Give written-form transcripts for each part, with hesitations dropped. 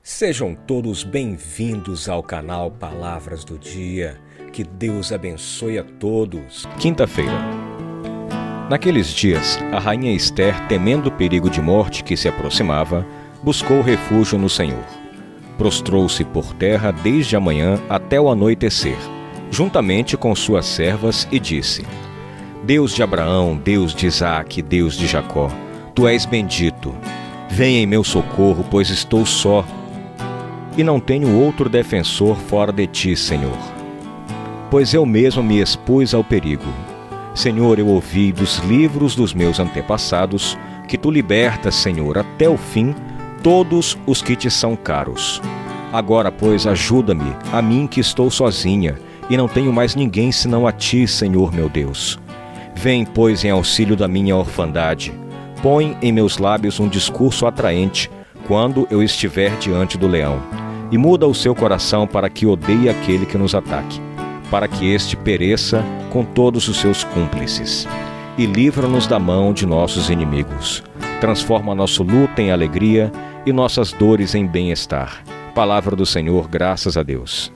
Sejam todos bem-vindos ao canal Palavras do Dia. Que Deus abençoe a todos. Quinta-feira. Naqueles dias, a rainha Esther, temendo o perigo de morte que se aproximava, buscou refúgio no Senhor. Prostrou-se por terra desde a manhã até o anoitecer, juntamente com suas servas, e disse: Deus de Abraão, Deus de Isaque, Deus de Jacó, Tu és bendito. Venha em meu socorro, pois estou só, e não tenho outro defensor fora de Ti, Senhor. Pois eu mesmo me expus ao perigo. Senhor, eu ouvi dos livros dos meus antepassados que Tu libertas, Senhor, até o fim, todos os que Te são caros. Agora, pois, ajuda-me, a mim que estou sozinha, e não tenho mais ninguém senão a Ti, Senhor meu Deus. Vem, pois, em auxílio da minha orfandade. Põe em meus lábios um discurso atraente quando eu estiver diante do leão. E muda o seu coração para que odeie aquele que nos ataque, para que este pereça com todos os seus cúmplices. E livra-nos da mão de nossos inimigos. Transforma nosso luto em alegria e nossas dores em bem-estar. Palavra do Senhor, graças a Deus.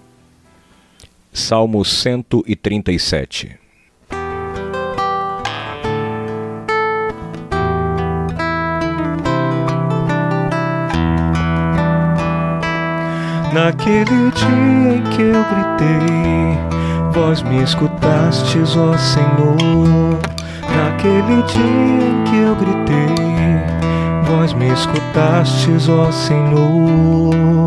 Salmo 137. Naquele dia em que eu gritei, vós me escutastes, ó Senhor. Naquele dia em que eu gritei, vós me escutastes, ó Senhor.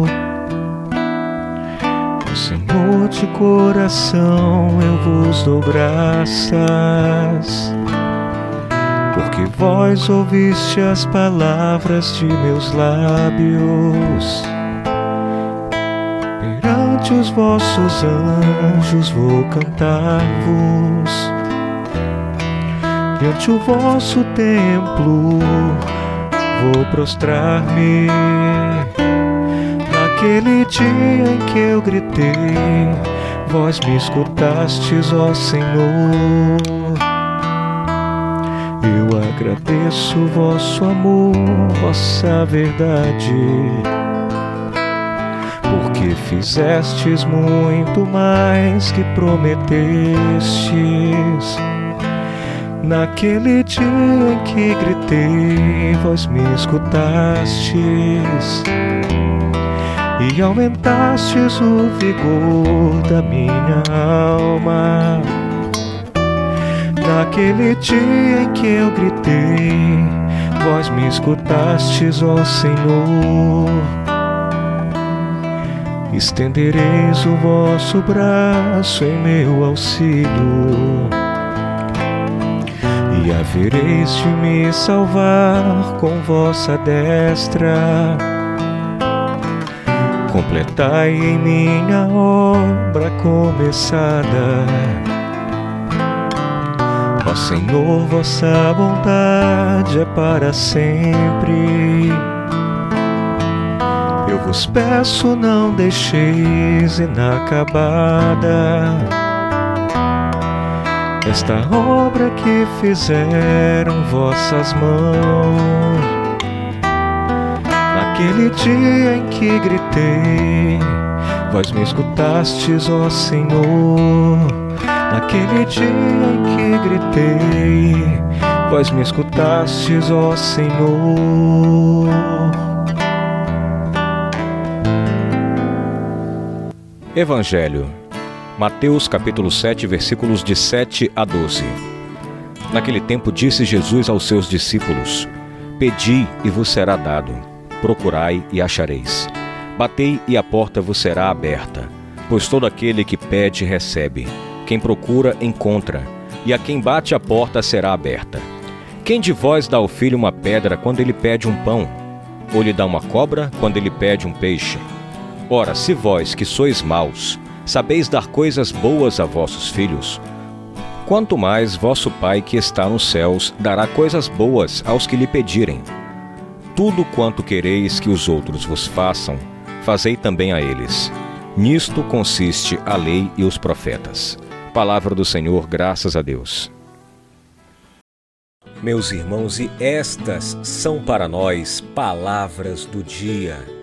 Ó Senhor, de coração eu vos dou graças, porque vós ouviste as palavras de meus lábios. Perante os vossos anjos vou cantar-vos, diante o vosso templo vou prostrar-me. Naquele dia em que eu gritei, vós me escutastes, ó Senhor. Eu agradeço vosso amor, vossa verdade, porque fizestes muito mais que prometestes. Naquele dia em que gritei, vós me escutastes e aumentastes o vigor da minha alma. Naquele dia em que eu gritei, vós me escutastes, ó Senhor. Estendereis o vosso braço em meu auxílio, e havereis de me salvar com vossa destra. Completai em minha obra começada. Ó Senhor, vossa bondade é para sempre. Eu vos peço, não deixeis inacabada esta obra que fizeram vossas mãos. Naquele dia em que gritei, vós me escutastes, ó Senhor. Naquele dia em que gritei, vós me escutastes, ó Senhor. Evangelho, Mateus capítulo 7, versículos de 7 a 12. Naquele tempo disse Jesus aos seus discípulos: Pedi e vos será dado, procurai e achareis, batei e a porta vos será aberta. Pois todo aquele que pede recebe, quem procura encontra, e a quem bate a porta será aberta. Quem de vós dá ao filho uma pedra quando ele pede um pão? Ou lhe dá uma cobra quando ele pede um peixe? Ora, se vós, que sois maus, sabeis dar coisas boas a vossos filhos, quanto mais vosso Pai que está nos céus dará coisas boas aos que lhe pedirem. Tudo quanto quereis que os outros vos façam, fazei também a eles. Nisto consiste a lei e os profetas. Palavra do Senhor, graças a Deus. Meus irmãos, e estas são para nós palavras do dia.